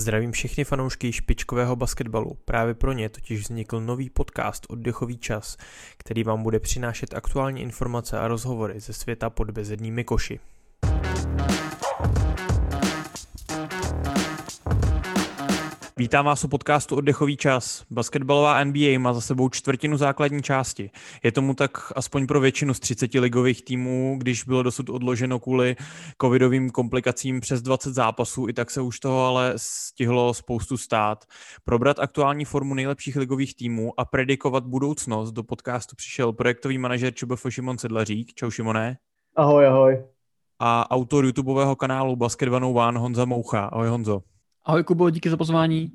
Zdravím všechny fanoušky špičkového basketbalu. Právě pro ně totiž vznikl nový podcast Oddechový čas, který vám bude přinášet aktuální informace a rozhovory ze světa pod bezednými koši. Vítám vás u podcastu Oddechový čas. Basketbalová NBA má za sebou čtvrtinu základní části. Je tomu tak aspoň pro většinu z 30 ligových týmů, když bylo dosud odloženo kvůli covidovým komplikacím přes 20 zápasů, i tak se už toho ale stihlo spoustu stát. Probrat aktuální formu nejlepších ligových týmů a predikovat budoucnost do podcastu přišel projektový manažer ČBF Šimon Sedlařík. Čau Šimone. Ahoj, ahoj. A autor YouTubeového kanálu Basket 101 Honza Moucha. Ahoj Honzo. Ahoj Kubo, díky za pozvání.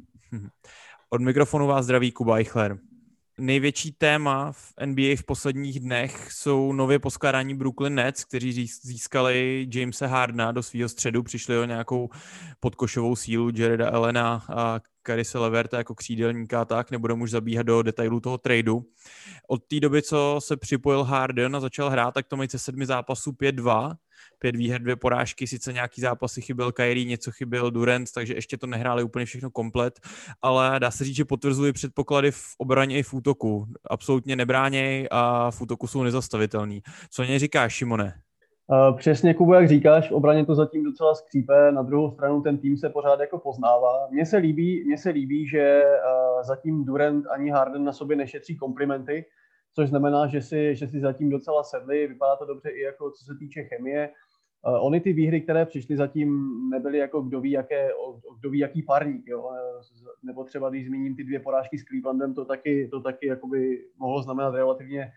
Od mikrofonu vás zdraví Kuba Eichler. Největší téma v NBA v posledních dnech jsou nově poskládání Brooklyn Nets, kteří získali Jamese Hardena do svého středu, přišli o nějakou podkošovou sílu Jareda Allena a Carise LeVerta jako křídelníka, tak nebudeme už zabíhat do detailů toho tradu. Od té doby, co se připojil Harden a začal hrát, tak to mají ze 7 zápasů 5-2, 5 výher, 2 porážky, sice nějaký zápasy chyběl Kyrie, něco chyběl Durant, takže ještě to nehráli úplně všechno komplet, ale dá se říct, že potvrzují předpoklady v obraně i v útoku. Absolutně nebráněj a v útoku jsou nezastavitelný. Co něj říkáš, Šimone? Přesně, Kubo, jak říkáš, v obraně to zatím docela skřípe, na druhou stranu ten tým se pořád jako poznává. Mně se líbí, že zatím Durant ani Harden na sobě nešetří komplimenty, což znamená, že si zatím docela sedli, vypadá to dobře i jako co se týče chemie. Ony ty výhry, které přišly zatím, nebyly jako kdo ví jaký parník, jo? Nebo třeba když zmíním ty 2 porážky s Clevelandem, to taky jakoby mohlo znamenat relativně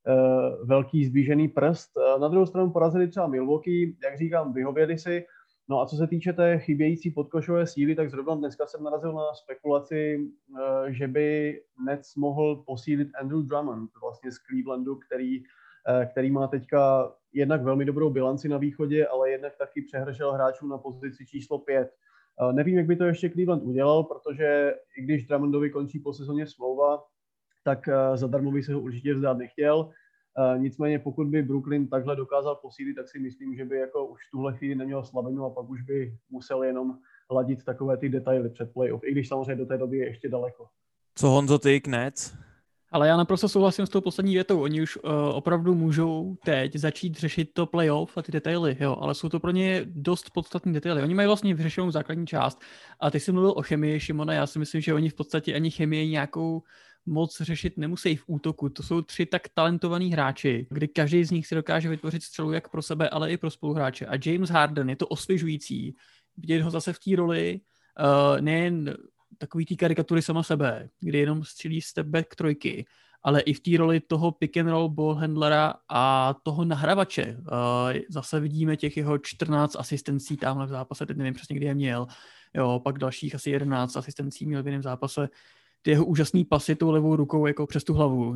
velký zdvižený prst. Na druhou stranu porazili třeba Milwaukee, jak říkám, vyhověli si. No a co se týče té chybějící podkošové síly, tak zrovna dneska jsem narazil na spekulaci, že by Nets mohl posílit Andrew Drummond vlastně z Clevelandu, který má teďka jednak velmi dobrou bilanci na východě, ale jednak taky přehršel hráčů na pozici číslo 5. Nevím, jak by to ještě Cleveland udělal, protože i když Drummondovi končí po sezóně smlouva, tak zadarmo by se ho určitě vzdát nechtěl. Nicméně pokud by Brooklyn takhle dokázal posílit, tak si myslím, že by jako už v tuhle chvíli neměl slabinu a pak už by musel jenom ladit takové ty detaily před playoff, i když samozřejmě do té doby je ještě daleko. Co Honzo, ty k Nets? Ale já naprosto souhlasím s tou poslední větou. Oni už opravdu můžou teď začít řešit to playoff a ty detaily, jo, ale jsou to pro ně dost podstatné detaily. Oni mají vlastně vyřešenou základní část. A ty jsi mluvil o chemii, Šimone, já si myslím, že oni v podstatě ani chemii nějakou moc řešit nemusí v útoku. To jsou 3 tak talentovaní hráči, kdy každý z nich si dokáže vytvořit střelu jak pro sebe, ale i pro spoluhráče. A James Harden je to osvěžující. Vidět ho zase v té roli, nejen takový té karikatury sama sebe, kdy jenom střílí step back trojky, ale i v té roli toho pick and roll ball handlera a toho nahravače. Zase vidíme těch jeho 14 asistencí tamhle v zápase, teď nevím přesně, kdy je měl. Jo, pak dalších asi 11 asistencí měl v jiném zápase. Ty jeho úžasný pasy tou levou rukou jako přes tu hlavu.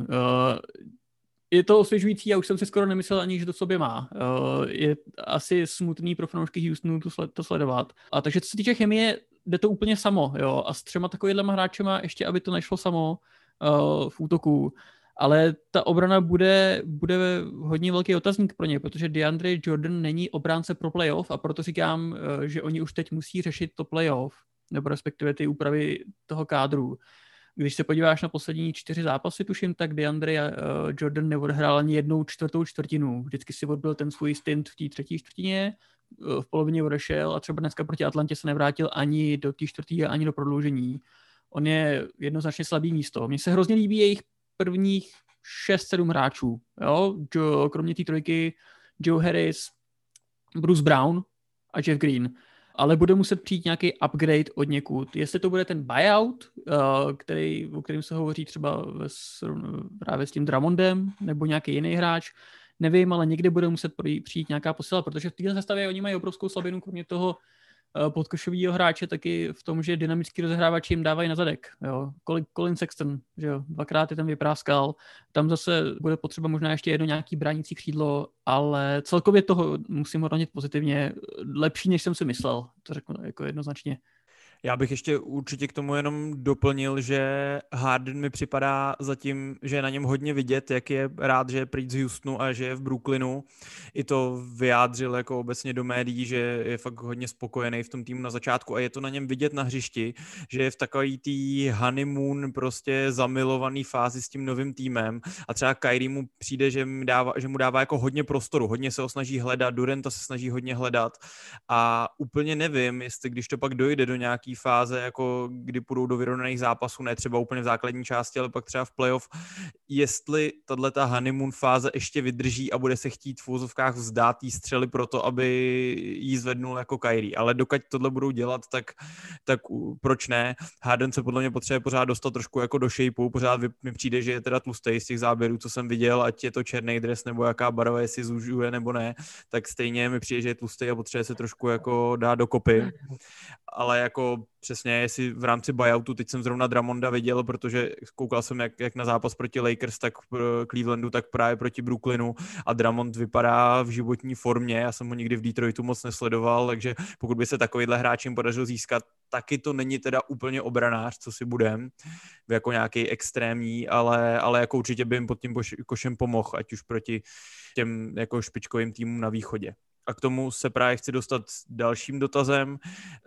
Je to osvěžující, já už jsem si skoro nemyslel ani, že to v sobě má. Je asi smutný pro fanoušky Houstonu to sledovat. A takže co se týče chemie, jde to úplně samo, jo. A s 3 takovýhlema hráčema ještě, aby to nešlo samo v útoku. Ale ta obrana bude hodně velký otazník pro ně, protože DeAndre Jordan není obránce pro playoff a proto říkám, že oni už teď musí řešit to playoff, nebo respektive ty úpravy toho kádru. Když se podíváš na poslední 4 zápasy, tuším, tak DeAndre Jordan neodhrál ani 1/4 čtvrtinu. Vždycky si odbyl ten svůj stint v té 3. čtvrtině, v polovině odešel a třeba dneska proti Atlantě se nevrátil ani do té 4. ani do prodloužení. On je jednoznačně slabý místo. Mně se hrozně líbí jejich prvních 6-7 hráčů. Jo? Kromě té trojky Joe Harris, Bruce Brown a Jeff Green. Ale bude muset přijít nějaký upgrade od někud. Jestli to bude ten buyout, o kterém se hovoří třeba právě s tím Drummondem, nebo nějaký jiný hráč, nevím, ale někde bude muset přijít nějaká posila, protože v této sestavě oni mají obrovskou slabinu, kromě toho podkošového hráče, taky v tom, že dynamický rozehrávači jim dávají na zadek. Jo. Colin Sexton, že jo, 2krát je tam vypráskal. Tam zase bude potřeba možná ještě jedno nějaký bránící křídlo, ale celkově toho musím hodnotit pozitivně. Lepší, než jsem si myslel, to řeknu jako jednoznačně. Já bych ještě určitě k tomu jenom doplnil, že Harden mi připadá zatím, že je na něm hodně vidět, jak je rád, že je pryč z Houstonu a že je v Brooklynu. I to vyjádřil jako obecně do médií, že je fakt hodně spokojený v tom týmu na začátku a je to na něm vidět na hřišti, že je v takový tý honeymoon prostě zamilovaný fázi s tím novým týmem a třeba Kyrie mu přijde, že mu dává jako hodně prostoru, hodně se ho snaží hledat, Duranta se snaží hodně hledat a úplně nevím, jestli když to pak dojde do nějaký fáze, jako kdy půjdou do vyrovnaných zápasů, ne třeba úplně v základní části, ale pak třeba v playoff, jestli tato honeymoon fáze ještě vydrží a bude se chtít v úzovkách vzdát jí střely pro to, aby jí zvednul jako Kyrie. Ale dokud tohle budou dělat, tak proč ne? Harden se podle mě potřebuje pořád dostat trošku jako do shapeu, pořád mi přijde, že je teda tlustej z těch záběrů, co jsem viděl, ať je to černý dres nebo jaká barva, jestli zužuje nebo ne, tak stejně mi přijde, že je tlustej a potřebuje se trošku jako dát dokopy. Ale jako přesně, jestli v rámci buyoutu, teď jsem zrovna Drummonda viděl, protože koukal jsem jak na zápas proti Lakers, tak Clevelandu, tak právě proti Brooklynu a Drummond vypadá v životní formě, já jsem ho nikdy v Detroitu moc nesledoval, takže pokud by se takovýhle hráč jim podařil získat, taky to není teda úplně obranář, co si budem, jako nějaký extrémní, ale jako určitě by jim pod tím košem pomohl, ať už proti těm jako špičkovým týmům na východě. A k tomu se právě chci dostat dalším dotazem,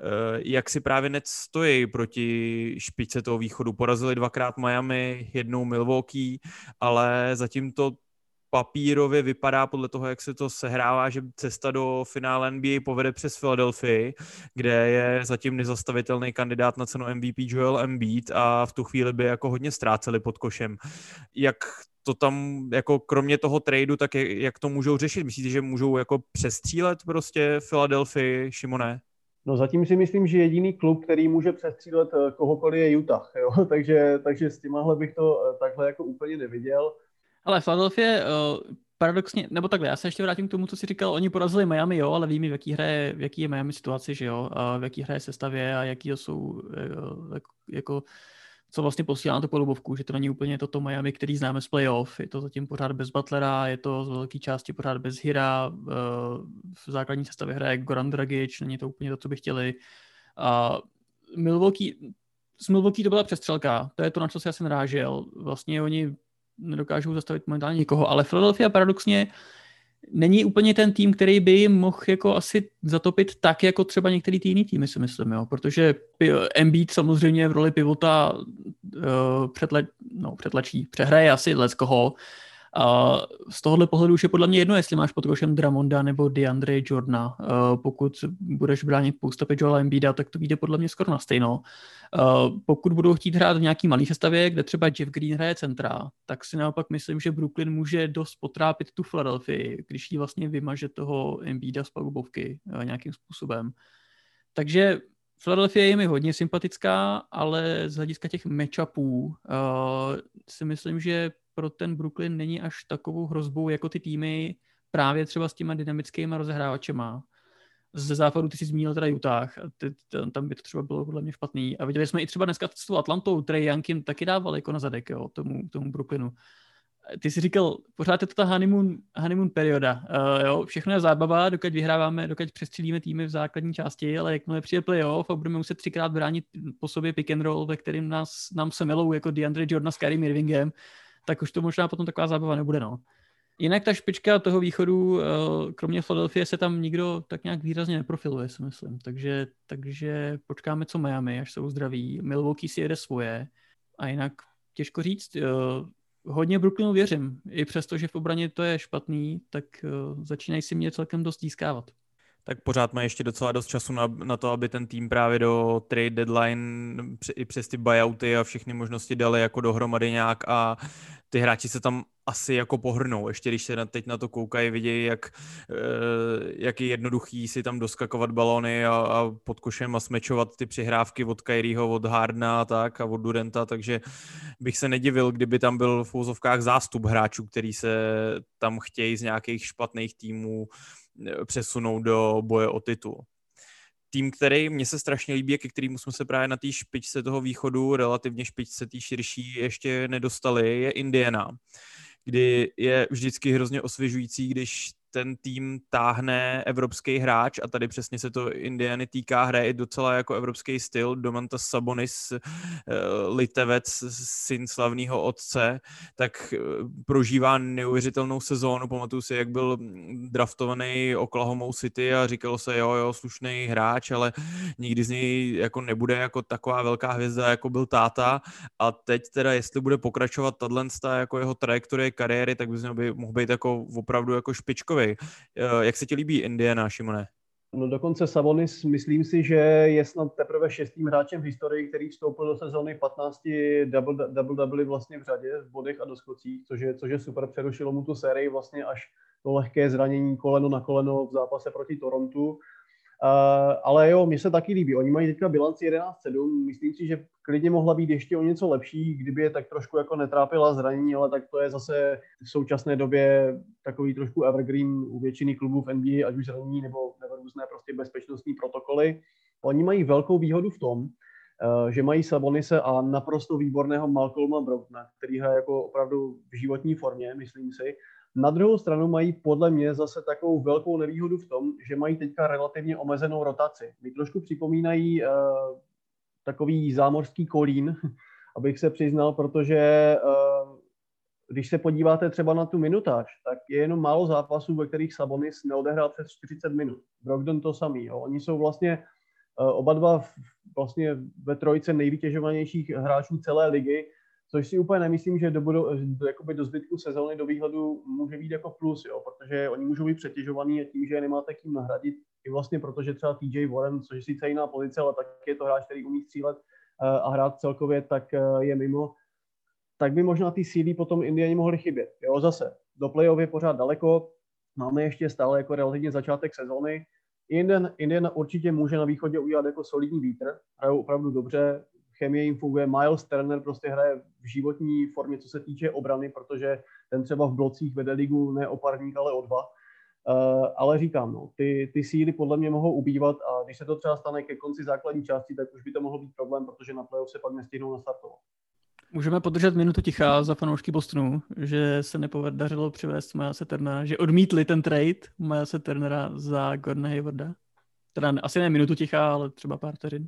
jak si právě Nets stojí proti špičce toho východu. Porazili 2krát Miami, 1 Milwaukee, ale zatím to papírově vypadá podle toho, jak se to sehrává, že cesta do finále NBA povede přes Philadelphii, kde je zatím nezastavitelný kandidát na cenu MVP Joel Embiid a v tu chvíli by jako hodně ztráceli pod košem. Jak to tam, jako kromě toho tradu, tak jak to můžou řešit? Myslíte, že můžou jako přestřílet prostě Philadelphii, Šimone? No zatím si myslím, že jediný klub, který může přestřílet kohokoliv, je Utah, jo? Takže s tímhle bych to takhle jako úplně neviděl. Ale Philadelphia paradoxně, nebo takhle, já se ještě vrátím k tomu, co jsi říkal, oni porazili Miami, jo, ale víme, v jaký je Miami situaci, že jo, a v jaký hraje sestavě a jaký to jsou, jako co vlastně posílá na tu polubovku, že to není úplně toto Miami, který známe z playoff, je to zatím pořád bez Butlera, je to z velké části pořád bez Hira, v základní sestavě hraje Goran Dragic, není to úplně to, co by chtěli. A z Milwaukee to byla přestřelka, to je to, na co se asi narážel, vlastně oni nedokážou zastavit momentálně nikoho, ale Philadelphia paradoxně není úplně ten tým, který by jim mohl jako asi zatopit tak, jako třeba některý jiný týmy, si myslím, jo, protože Embiid samozřejmě v roli pivota přetlačí, přehraje asi leckoho. A z tohohle pohledu už je podle mě jedno, jestli máš pod košem Drummonda nebo DeAndre Jordana. Pokud budeš bránit poustupy Joela Embida, tak to vyjde podle mě skoro na stejno. Pokud budou chtít hrát v nějaký malý sestavě, kde třeba Jeff Green hraje centra, tak si naopak myslím, že Brooklyn může dost potrápit tu Philadelphii, když jí vlastně vymaže toho Embida z palubovky nějakým způsobem. Takže Philadelphia je mi hodně sympatická, ale z hlediska těch matchupů si myslím, že pro ten Brooklyn není až takovou hrozbou jako ty týmy právě třeba s těma dynamickými rozehrávačema. Ze západu ty jsi zmínil teda Utah, tam by to třeba bylo podle mě špatný. A viděli jsme i třeba dneska s tou Atlantou, Trae Young jim taky dával jako na zadek, jo, tomu Brooklynu. Ty jsi říkal, pořád je to ta honeymoon perioda. Jo, všechno je zábava, dokud vyhráváme, dokud přestřílíme týmy v základní části, ale jakmile přijde playoff a budeme muset 3krát bránit po sobě pick and roll, ve kterým nám se melou jako DeAndre Jordan s Kyrie Irvingem, tak už to možná potom taková zábava nebude, no. Jinak ta špička toho východu, kromě Philadelphia, se tam nikdo tak nějak výrazně neprofiluje, si myslím. Takže počkáme, co Miami, až jsou zdraví. Milwaukee si jede svoje a jinak těžko říct. Hodně Brooklynu věřím. I přesto, že v obraně to je špatný, tak začínají si mě celkem dost získávat. Tak pořád má ještě docela dost času na to, aby ten tým právě do trade deadline i přes ty buyouty a všechny možnosti dali jako dohromady nějak a ty hráči se tam asi jako pohrnou. Ještě když se teď na to koukají, vidějí, jak je jednoduchý si tam doskakovat balony a pod košem a smečovat ty přihrávky od Kyrieho, od Hardena a od Duranta, takže bych se nedivil, kdyby tam byl v úzovkách zástup hráčů, který se tam chtějí z nějakých špatných týmů přesunou do boje o titul. Tým, který mně se strašně líbí, ke kterému jsme se právě na té špičce toho východu, relativně špičce té širší, ještě nedostali, je Indiana, kdy je vždycky hrozně osvěžující, když ten tým táhne evropský hráč a tady přesně se to Indiany týká, hraje i docela jako evropský styl. Domantas Sabonis, Litevec, syn slavného otce, tak prožívá neuvěřitelnou sezónu. Pamatuju si, jak byl draftovaný Oklahomou City a říkalo se, jo, slušný hráč, ale nikdy z něj jako nebude jako taková velká hvězda, jako byl táta. A teď teda, jestli bude pokračovat tato jako jeho trajektorie kariéry, tak by mohl být jako opravdu jako špičkovej. Jak se ti líbí Indiana, Šimone? No dokonce Sabonis, myslím si, že je snad teprve 6. hráčem v historii, který vstoupil do sezóny 15 double vlastně v řadě, v bodech a do skocích, což je super, přerušilo mu tu sérii vlastně až to lehké zranění koleno na koleno v zápase proti Torontu. Ale jo, mně se taky líbí. Oni mají teďka bilanci 11-7. Myslím si, že klidně mohla být ještě o něco lepší, kdyby je tak trošku jako netrápila zranění, ale tak to je zase v současné době takový trošku evergreen u většiny klubů v NBA, ať už zranění nebo různé prostě bezpečnostní protokoly. Oni mají velkou výhodu v tom, že mají Sabonise a naprosto výborného Malcolma Brogdona, který hraje jako opravdu v životní formě, myslím si. Na druhou stranu mají podle mě zase takovou velkou nevýhodu v tom, že mají teďka relativně omezenou rotaci. Mi trošku připomínají takový zámořský Kolín, abych se přiznal, protože když se podíváte třeba na tu minutáž, tak je jenom málo zápasů, ve kterých Sabonis neodehrál přes 40 minut. Brogdon to samý. Jo. Oni jsou vlastně oba dva vlastně ve trojice nejvytěžovanějších hráčů celé ligy, což si úplně nemyslím, že do zbytku sezóny do výhledu může být jako plus, jo, protože oni můžou být přetěžovaný a tím, že je nemáte kým nahradit, i vlastně protože třeba TJ Warren, což je sice jiná pozice, ale tak je to hráč, který umí střílet a hrát celkově, tak je mimo, tak by možná ty síly potom Indiani mohly chybět. Jo, zase, do playoff je pořád daleko, máme ještě stále jako relativně začátek sezóny. Indiana určitě může na východě udělat jako solidní vítr, hrajou opravdu dobře, chemie jim funguje. Miles Turner prostě hraje v životní formě, co se týče obrany, protože ten třeba v blocích vede ligu ne o parník, ale o 2. Ale říkám, no, ty síly podle mě mohou ubývat a když se to třeba stane ke konci základní části, tak už by to mohlo být problém, protože na playoff se pak nestihnou nastartovat. Můžeme podržet minutu ticha za fanoušky Bostonu, že se nepodařilo přivést Milese Turnera, že odmítli ten trade Milese Turnera za Gordona Haywarda. Teda asi ne minutu ticha, ale třeba pár vteřin.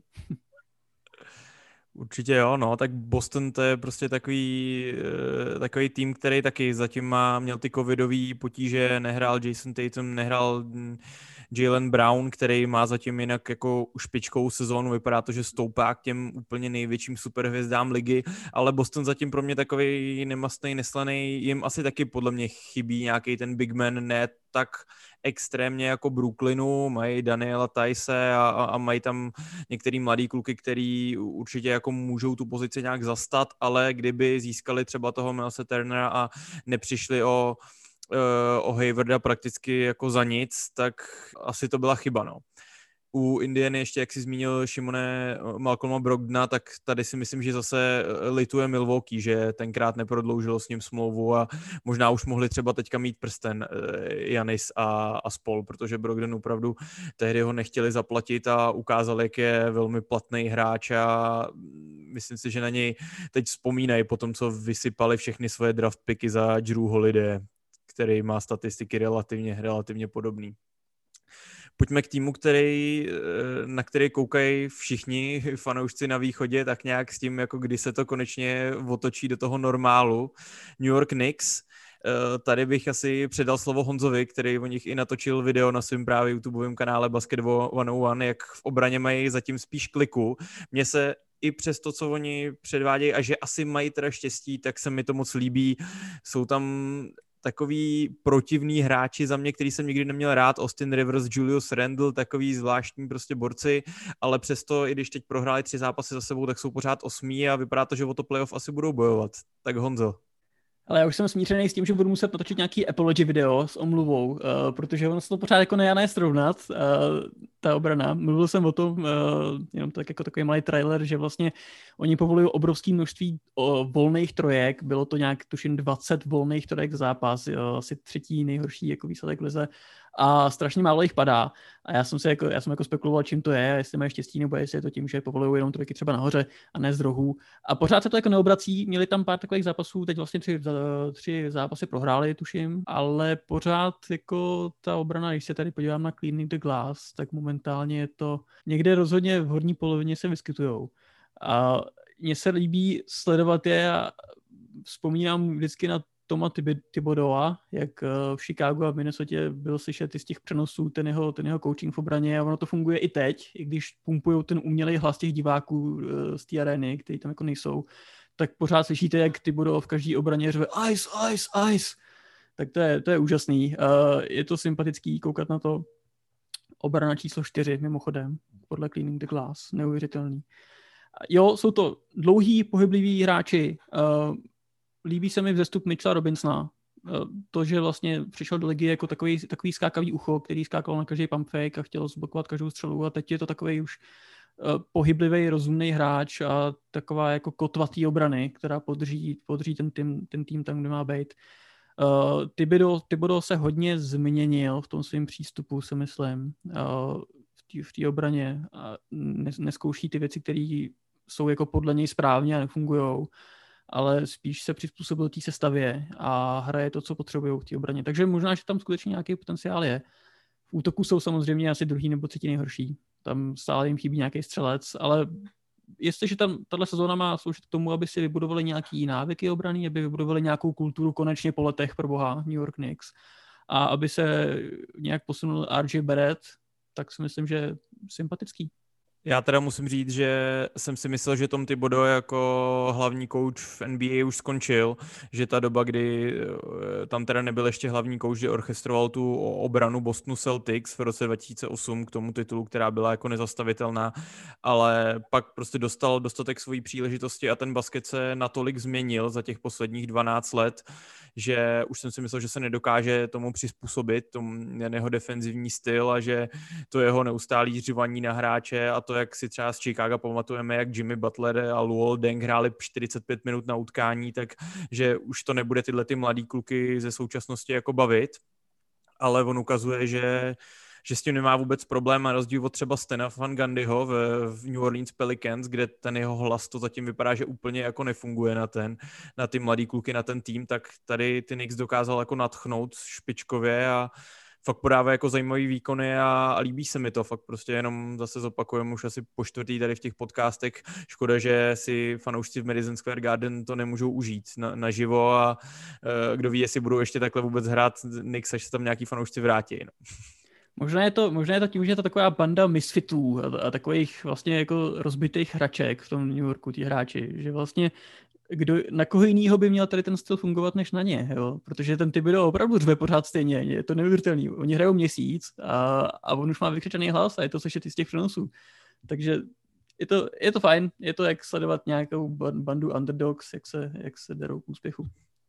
Určitě jo, no, tak Boston to je prostě takový tým, který taky zatím měl ty covidový potíže, nehrál Jason Tatum, nehrál Jaylen Brown, který má zatím jinak jako špičkovou sezónu, vypadá to, že stoupá k těm úplně největším superhvězdám ligy, ale Boston zatím pro mě takový nemastný, neslaný, jim asi taky podle mě chybí nějaký ten big man, ne tak extrémně jako Brooklynu, mají Daniela Tice a mají tam některý mladý kluky, který určitě jako můžou tu pozici nějak zastat, ale kdyby získali třeba toho Milese Turnera a nepřišli o Haywarda prakticky jako za nic, tak asi to byla chyba, no. U Indiany ještě, jak jsi zmínil Šimone Malcolma Brogdona, tak tady si myslím, že zase lituje Milwaukee, že tenkrát neprodloužilo s ním smlouvu a možná už mohli třeba teďka mít prsten Giannis a spol, protože Brogdon opravdu tehdy ho nechtěli zaplatit a ukázal, jak je velmi platný hráč a myslím si, že na něj teď vzpomínají po tom, co vysypali všechny svoje draft picky za Jrue Holiday, který má statistiky relativně podobný. Pojďme k týmu, na který koukají všichni fanoušci na východě, tak nějak s tím, jako kdy se to konečně otočí do toho normálu. New York Knicks. Tady bych asi předal slovo Honzovi, který o nich i natočil video na svém právě YouTubeovém kanále Basketball 101, jak v obraně mají zatím spíš kliku. Mně se i přes to, co oni předvádějí a že asi mají teda štěstí, tak se mi to moc líbí. Jsou tam takový protivný hráči za mě, který jsem nikdy neměl rád, Austin Rivers, Julius Randle, takový zvláštní prostě borci, ale přesto, i když teď prohráli 3 zápasy za sebou, tak jsou pořád 8. a vypadá to, že o to playoff asi budou bojovat. Tak Honzo. Ale já už jsem smířený s tím, že budu muset natočit nějaký apology video s omluvou, protože ono se to pořád jako nedá srovnat, ta obrana. Mluvil jsem o tom, jenom tak jako takový malý trailer, že vlastně oni povolují obrovské množství volných trojek, bylo to nějak tuším 20 volných trojek za zápas, asi 3. nejhorší jako výsledek lize a strašně málo jich padá. A já jsem spekuloval, čím to je, jestli mají štěstí, nebo jestli je to tím, že povolují jenom trojky třeba nahoře a ne z rohů. A pořád se to jako neobrací, měli tam pár takových zápasů, teď vlastně 3 zápasy prohráli, tuším, ale pořád jako ta obrana, když se tady podívám na Cleaning the Glass, tak momentálně je to někde rozhodně v horní polovině se vyskytujou. A mně se líbí sledovat je a vzpomínám vždycky na Toma Thibodeaua, jak v Chicagu a v Minnesotě byl slyšet i z těch přenosů ten jeho coaching v obraně a ono to funguje i teď, i když pumpujou ten umělej hlas těch diváků z té arény, kteří tam jako nejsou, tak pořád slyšíte, jak Thibodeau v každý obraně řve ice, ice, ice. Tak to je úžasný. Je to sympatický koukat na to. Obrana číslo 4, mimochodem, podle Cleaning the Glass. Neuvěřitelný. Jo, jsou to dlouhý, pohybliví hráči. Líbí se mi vzestup Mitchella Robinsona. To, že vlastně přišel do ligy jako takový skákavý ucho, který skákal na každý pump fake a chtěl zblokovat každou střelu a teď je to takový už pohyblivý, rozumný hráč a taková jako kotvatý obrany, která podrží ten tým tam, kde má být. Thibodeau se hodně změnil v tom svém přístupu, si myslím, v té obraně a neskouší ty věci, které jsou jako podle něj správně a nefungujou, ale spíš se přizpůsobil té sestavě a hraje to, co potřebují v té obraně. Takže možná, že tam skutečně nějaký potenciál je. V útoku jsou samozřejmě asi druhý nebo třetí nejhorší. Tam stále jim chybí nějaký střelec, ale jestliže tam tato sezóna má sloužit k tomu, aby si vybudovali nějaký návyky obrany, aby vybudovali nějakou kulturu konečně po letech pro boha New York Knicks a aby se nějak posunul RJ Barrett, tak si myslím, že je sympatický. Já teda musím říct, že jsem si myslel, že Tom Thibodeau jako hlavní coach v NBA už skončil, že ta doba, kdy tam teda nebyl ještě hlavní coach, že orchestroval tu obranu Bostonu Celtics v roce 2008 k tomu titulu, která byla jako nezastavitelná, ale pak prostě dostal dostatek svojí příležitosti a ten basket se natolik změnil za těch posledních 12 let, že už jsem si myslel, že se nedokáže tomu přizpůsobit, tomu jeho defenzivní styl a že to jeho neustálý řvaní na hráče a to, jak si třeba z Chicaga pamatujeme, jak Jimmy Butler a Luol Deng hráli 45 minut na utkání, tak že už to nebude tyhle ty mladý kluky ze současnosti jako bavit, ale on ukazuje, že s tím nemá vůbec problém a rozdíl od třeba Stena Van Gundyho v New Orleans Pelicans, kde ten jeho hlas to zatím vypadá, že úplně jako nefunguje na ty mladý kluky, na ten tým, tak tady ty Knicks dokázal jako nadchnout špičkově a fakt podává jako zajímavý výkony a líbí se mi to, fakt prostě jenom zase zopakujeme už asi po čtvrtý tady v těch podcastech, škoda, že si fanoušci v Madison Square Garden to nemůžou užít naživo a kdo ví, jestli budou ještě takhle vůbec hrát Knicks, až se tam nějaký fanoušci vrátí. No. Možná je to tím, že je to taková banda misfitů a takových vlastně jako rozbitých hraček v tom New Yorku, ti hráči, že vlastně na koho jinýho by měl tady ten styl fungovat než na ně, jo? Protože ten Thibodeau opravdu řve pořád stejně, je to neuvěřitelný. Oni hrajou měsíc a on už má vykřičený hlas a je to slyšet i z těch přenosů. Takže je to fajn, je to jak sledovat nějakou bandu underdogs, jak se derou k úspěchu.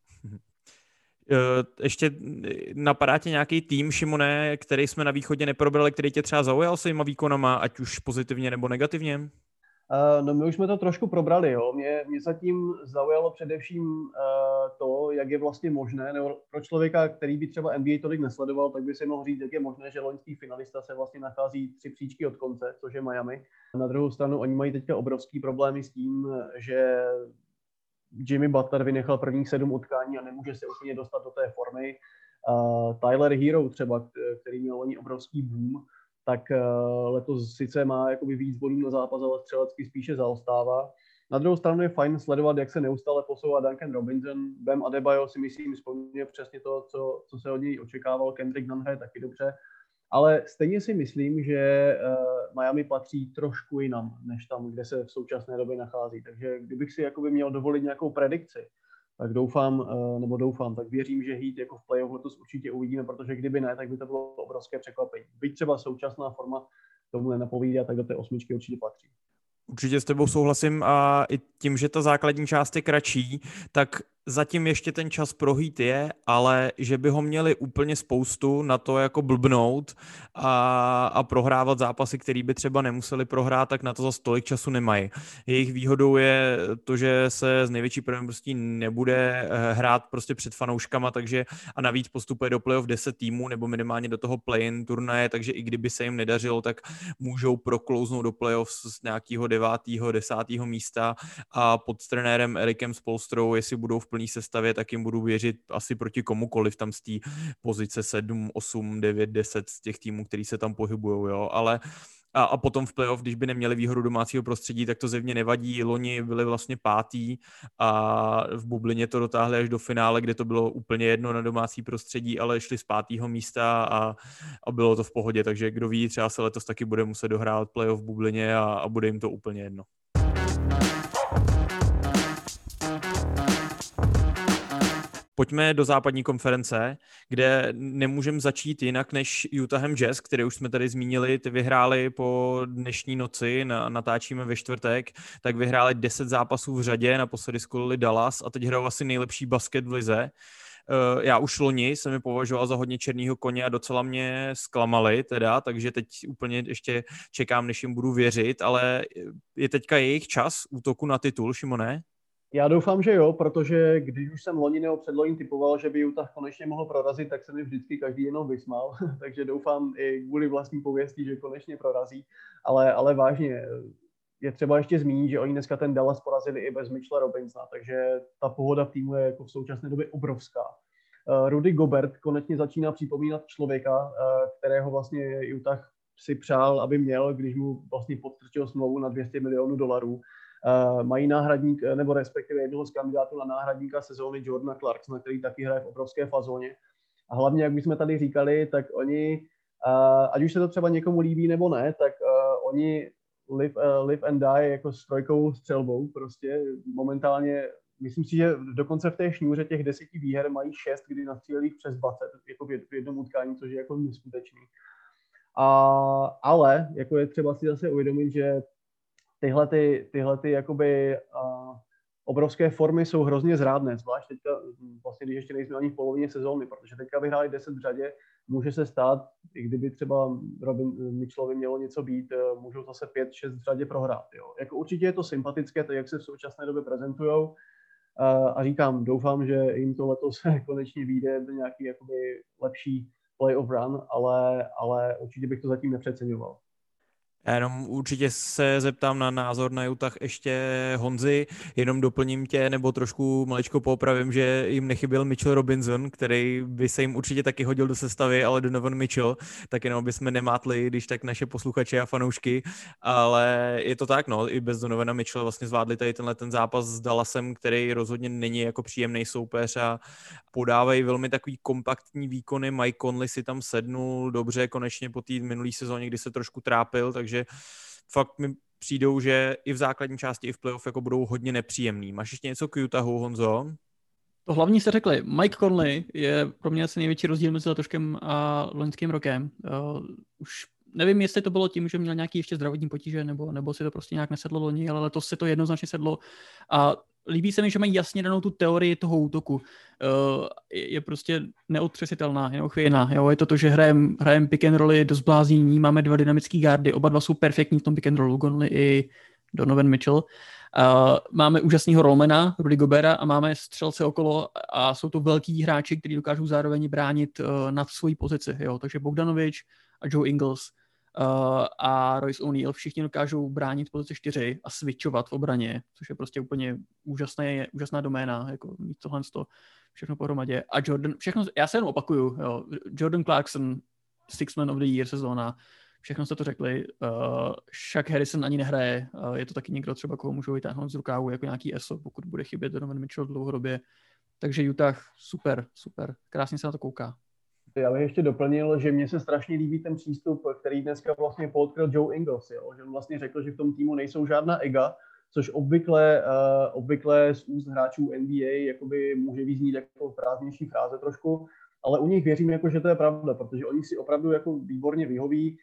Ještě napadá tě nějaký tým, Šimone, který jsme na východě neprobrali, který tě třeba zaujal svýma výkonama, ať už pozitivně nebo negativně? No my už jsme to trošku probrali, jo. Mě zatím zaujalo především to, jak je vlastně možné, nebo pro člověka, který by třeba NBA tolik nesledoval, tak by si mohl říct, jak je možné, že loňský finalista se vlastně nachází 3 příčky od konce, což je Miami. Na druhou stranu oni mají teďka obrovský problémy s tím, že Jimmy Butler vynechal prvních 7 utkání a nemůže se úplně dostat do té formy. Tyler Hero třeba, který měl loni obrovský boom, tak letos sice má jakoby víc bodů na zápas, ale střelecky spíše zaostává. Na druhou stranu je fajn sledovat, jak se neustále posouvá Duncan Robinson. Bam Adebayo si myslím splňuje přesně to, co se od něj očekával. Kendrick Nunn hraje taky dobře. Ale stejně si myslím, že Miami patří trošku jinam, než tam, kde se v současné době nachází. Takže kdybych si jakoby měl dovolit nějakou predikci, tak tak věřím, že Heat jako v playoff letos určitě uvidíme, protože kdyby ne, tak by to bylo obrovské překvapení. Byť třeba současná forma tomu nenapovídá, tak do té 8 určitě patří. Určitě s tebou souhlasím a i tím, že ta základní část je kratší, tak zatím ještě ten čas pro Heat je, ale že by ho měli úplně spoustu na to jako blbnout a prohrávat zápasy, který by třeba nemuseli prohrát, tak na to za tolik času nemají. Jejich výhodou je to, že se z největší pravděpodobností nebude hrát prostě před fanouškama, takže a navíc postupuje do playoff 10 týmů nebo minimálně do toho play-in turnaje, takže i kdyby se jim nedařilo, tak můžou proklouznout do playoff z nějakého 9., 10. místa a pod trenérem Ericem Spoelstrou, jestli budou v plný sestavě, tak jim budu věřit asi proti komukoliv tam z té pozice 7, 8, 9, 10 z těch týmů, který se tam pohybujou, jo, ale a potom v playoff, když by neměli výhodu domácího prostředí, tak to zjevně nevadí. Loni byli vlastně 5. a v bublině to dotáhli až do finále, kde to bylo úplně jedno na domácí prostředí, ale šli z 5. místa a bylo to v pohodě, takže kdo ví, třeba se letos taky bude muset dohrát playoff v bublině a bude jim to úplně jedno. Pojďme do západní konference, kde nemůžeme začít jinak než Utahem Jazz, který už jsme tady zmínili, ty vyhráli po dnešní noci, natáčíme ve čtvrtek, tak vyhráli 10 zápasů v řadě, naposledy skolili Dallas a teď hrajou asi nejlepší basket v lize. Já už loni jsem je považoval za hodně černýho koně a docela mě zklamali teda, takže teď úplně ještě čekám, než jim budu věřit, ale je teďka jejich čas útoku na titul, Šimone? Já doufám, že jo, protože když už jsem loni nebo předloni typoval, že by Utah konečně mohl prorazit, tak se mi vždycky každý jenom vysmál. Takže doufám i kvůli vlastní pověsti, že konečně prorazí. Ale vážně, je třeba ještě zmínit, že oni dneska ten Dallas porazili i bez Mitchella Robinsona, takže ta pohoda v týmu je jako v současné době obrovská. Rudy Gobert konečně začíná připomínat člověka, kterého vlastně Utah si přál, aby měl, když mu vlastně podstrčil smlouvu na $200 milionů. Mají náhradník, nebo respektive jednoho z kandidátů na náhradníka sezóny Jordana Clarksona, který taky hraje v obrovské fazóně. A hlavně, jak bychom tady říkali, tak oni, ať už se to třeba někomu líbí nebo ne, tak oni live and die jako s trojkou střelbou. Prostě momentálně, myslím si, že dokonce v té šňůře těch 10 výher mají 6, kdy nastříleli přes 20 jako v jednom utkání, což je jako neskutečný. Ale jako je třeba si zase uvědomit, že tyhle jakoby obrovské formy jsou hrozně zrádné, zvlášť teďka, vlastně když ještě nejsme ani v polovině sezóny, protože teďka vyhráli 10 v řadě, může se stát, i kdyby třeba Mitchellovi mělo něco být, můžou zase 5-6 v řadě prohrát. Jo. Jako určitě je to sympatické, tak jak se v současné době prezentujou, a říkám, doufám, že jim to letos konečně vyjde do nějaký jakoby lepší playoff run, ale určitě bych to zatím nepřeceňoval. Já jenom určitě se zeptám na názor na Utah ještě Honzy, jenom doplním tě nebo trošku maličko poopravím, že jim nechyběl Mitchell Robinson, který by se jim určitě taky hodil do sestavy, ale Donovan Mitchell, tak jenom bychom nemátli, když tak naše posluchače a fanoušky, ale je to tak, no, i bez Donovana Mitchella vlastně zvládli tady ten zápas s Dallasem, který rozhodně není jako příjemný soupeř a podávají velmi takový kompaktní výkony. Mike Conley si tam sednul dobře konečně po té minulé sezóně, kdy se trošku trápil, takže fakt mi přijdou, že i v základní části, i v playoff jako budou hodně nepříjemný. Máš ještě něco k Utahu, Honzo? To hlavní jste řekli. Mike Conley je pro mě asi největší rozdíl mezi letoškem a loňským rokem. Už nevím, jestli to bylo tím, že měl nějaký ještě zdravotní potíže, nebo si to prostě nějak nesedlo loni, ale letos si to jednoznačně sedlo. A líbí se mi, že mají jasně danou tu teorii toho útoku. Je prostě neotřesitelná, je neochvějná. Je to, že hrajem pick and rolly do zbláznění, máme 2 dynamický guardy, oba dva jsou perfektní v tom pick and rollu, Conley i Donovan Mitchell. Máme úžasného rollmana, Rudy Gobera, a máme střelce okolo a jsou to velký hráči, kteří dokážou zároveň bránit nad svojí pozici. Takže Bogdanovič a Joe Ingles a Royce O'Neal všichni dokážou bránit pozici 4 a switchovat v obraně, což je prostě úplně úžasná doména, jako mít tohle všechno pohromadě. A všechno, já se jenom opakuju, Jordan Clarkson, Sixth Man of the Year sezóna, všechno jste to řekli, Shaq Harrison ani nehraje, je to taky někdo třeba, koho můžou vytáhnout z rukávu jako nějaký ESO, pokud bude chybět Donovan Mitchell dlouhodobě. Takže Utah, super, krásně se na to kouká. Já bych ještě doplnil, že mně se strašně líbí ten přístup, který dneska vlastně podkryl Joe Ingles, že on vlastně řekl, že v tom týmu nejsou žádná ega, což obvykle z úst hráčů NBA jakoby může vyznít jako prázdnější fráze trošku, ale u nich věřím, jako, že to je pravda, protože oni si opravdu jako výborně vyhoví.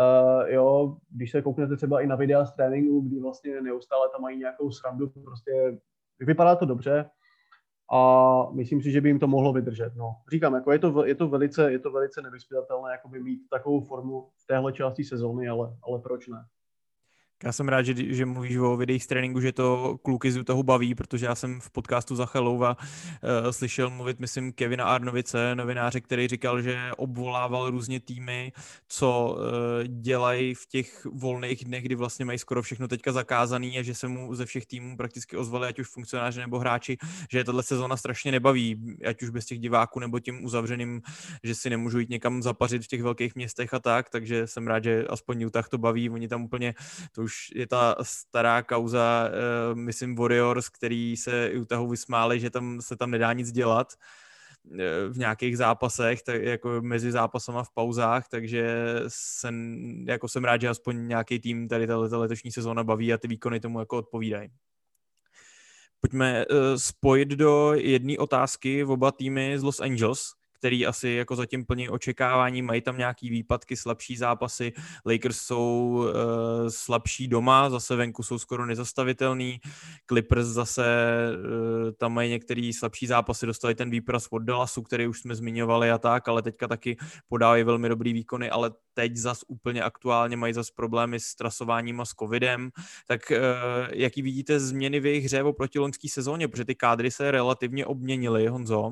Když se kouknete třeba i na videa z tréninku, kdy vlastně neustále tam mají nějakou srandu, prostě vypadá to dobře. a myslím si, že by jim to mohlo vydržet. No. Říkám, jako je to velice nevyzpytatelné jakoby mít takovou formu v téhle části sezóny, ale proč ne? Já jsem rád, že mluvíš o videích z tréninku, že to kluky z Utahu baví, protože já jsem v podcastu za Chelova slyšel mluvit, myslím, Kevina Arnovice, novináře, který říkal, že obvolával různě týmy, co dělají v těch volných dnech, kdy vlastně mají skoro všechno teďka zakázaný a že se mu ze všech týmů prakticky ozvali, ať už funkcionáři nebo hráči, že tato sezóna strašně nebaví, ať už bez těch diváků nebo tím uzavřeným, že si nemůžou jít někam zapařit v těch velkých městech a tak, takže jsem rád, že aspoň Utah to baví, oni tam úplně to už je ta stará kauza, myslím Warriors, který se Utahu vysmáli, že se tam nedá nic dělat v nějakých zápasech, tak jako mezi zápasama v pauzách, takže jsem rád, že aspoň nějaký tým tady ta letošní sezóna baví a ty výkony tomu jako odpovídají. Pojďme spojit do jedné otázky oba týmy z Los Angeles, který asi jako zatím plní očekávání, mají tam nějaký výpadky, slabší zápasy, Lakers jsou slabší doma, zase venku jsou skoro nezastavitelný, Clippers zase tam mají některý slabší zápasy, dostali ten výpras od Dallasu, který už jsme zmiňovali a tak, ale teďka taky podávají velmi dobrý výkony, ale teď zas úplně aktuálně mají zas problémy s trasováním a s covidem, tak jaký vidíte změny v jejich hře oproti loňské sezóně, protože ty kádry se relativně obměnily, Honzo?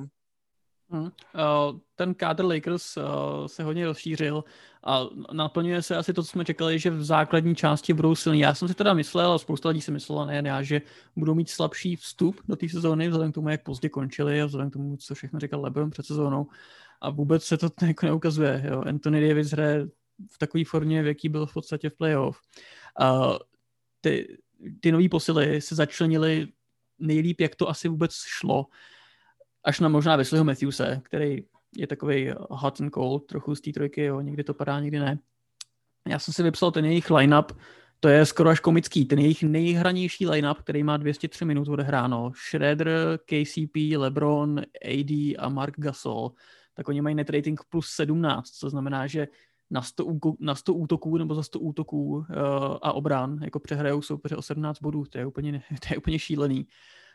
Ten kádr Lakers se hodně rozšířil a naplňuje se asi to, co jsme čekali, že v základní části budou silní. Já jsem si teda myslel, a spousta lidí si myslela, nejen já, že budou mít slabší vstup do té sezóny, vzhledem k tomu, jak pozdě končili a vzhledem k tomu, co všechno říkal LeBron před sezónou. A vůbec se to jako neukazuje. Jo. Anthony Davis hraje v takové formě, v jaký byl v podstatě v playoff. Ty nový posily se začlenily nejlíp, jak to asi vůbec šlo. Až na možná Wesleyho Matthewse, který je takový hot and cold, trochu z té trojky, jo, někdy to padá, někdy ne. Já jsem si vypsal ten jejich line-up, to je skoro až komický, ten jejich nejhranější line-up, který má 203 minut odehráno. Schroeder, KCP, LeBron, AD a Marc Gasol, tak oni mají net rating plus 17, co znamená, že na 100 útoků nebo za 100 útoků a obran jako přehrajou soupeře o 17 bodů, to je úplně šílený.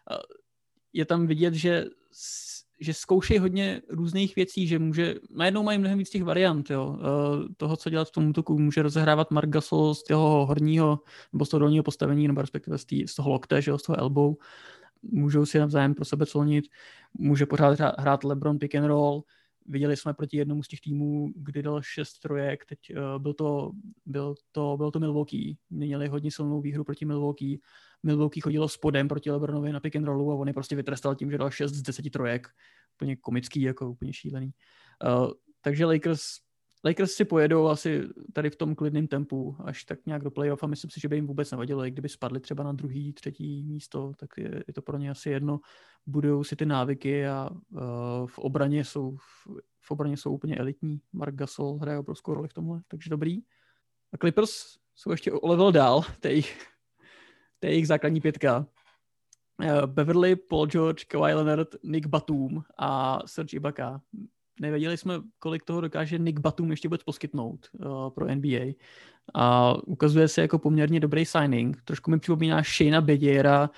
Je tam vidět, že zkoušejí hodně různých věcí, že najednou mají mnohem víc těch variant, jo. Toho, co dělat v tom útoku, může rozehrávat Marc Gasol z toho horního, nebo z toho dolního postavení, nebo respektive z toho lokte, že jo, z toho elbow. Můžou si navzájem pro sebe colnit, může pořád hrát LeBron pick and roll. Viděli jsme proti jednomu z těch týmů, kdy dal 6 trojek, teď byl to Milwaukee. Měli hodně silnou výhru proti Milwaukee. Milwaukee chodilo spodem proti LeBronovi na pick and rollu a on je prostě vytrestal tím, že dal 6 z 10 trojek. Úplně komický, jako úplně šílený. Takže Lakers si pojedou asi tady v tom klidném tempu až tak nějak do playoff a myslím si, že by jim vůbec nevadilo, i kdyby spadli třeba na 2., 3. místo, tak je to pro ně asi jedno. Budujou si ty návyky a v obraně jsou úplně elitní. Marc Gasol hraje obrovskou roli v tomhle, takže dobrý. A Clippers jsou ještě o level dál, to je jejich základní 5. Beverly, Paul George, Kawhi Leonard, Nick Batum a Serge Ibaka. Nevěděli jsme, kolik toho dokáže Nick Batum ještě vůbec poskytnout pro NBA. A ukazuje se jako poměrně dobrý signing. Trošku mi připomíná Shayna Bediera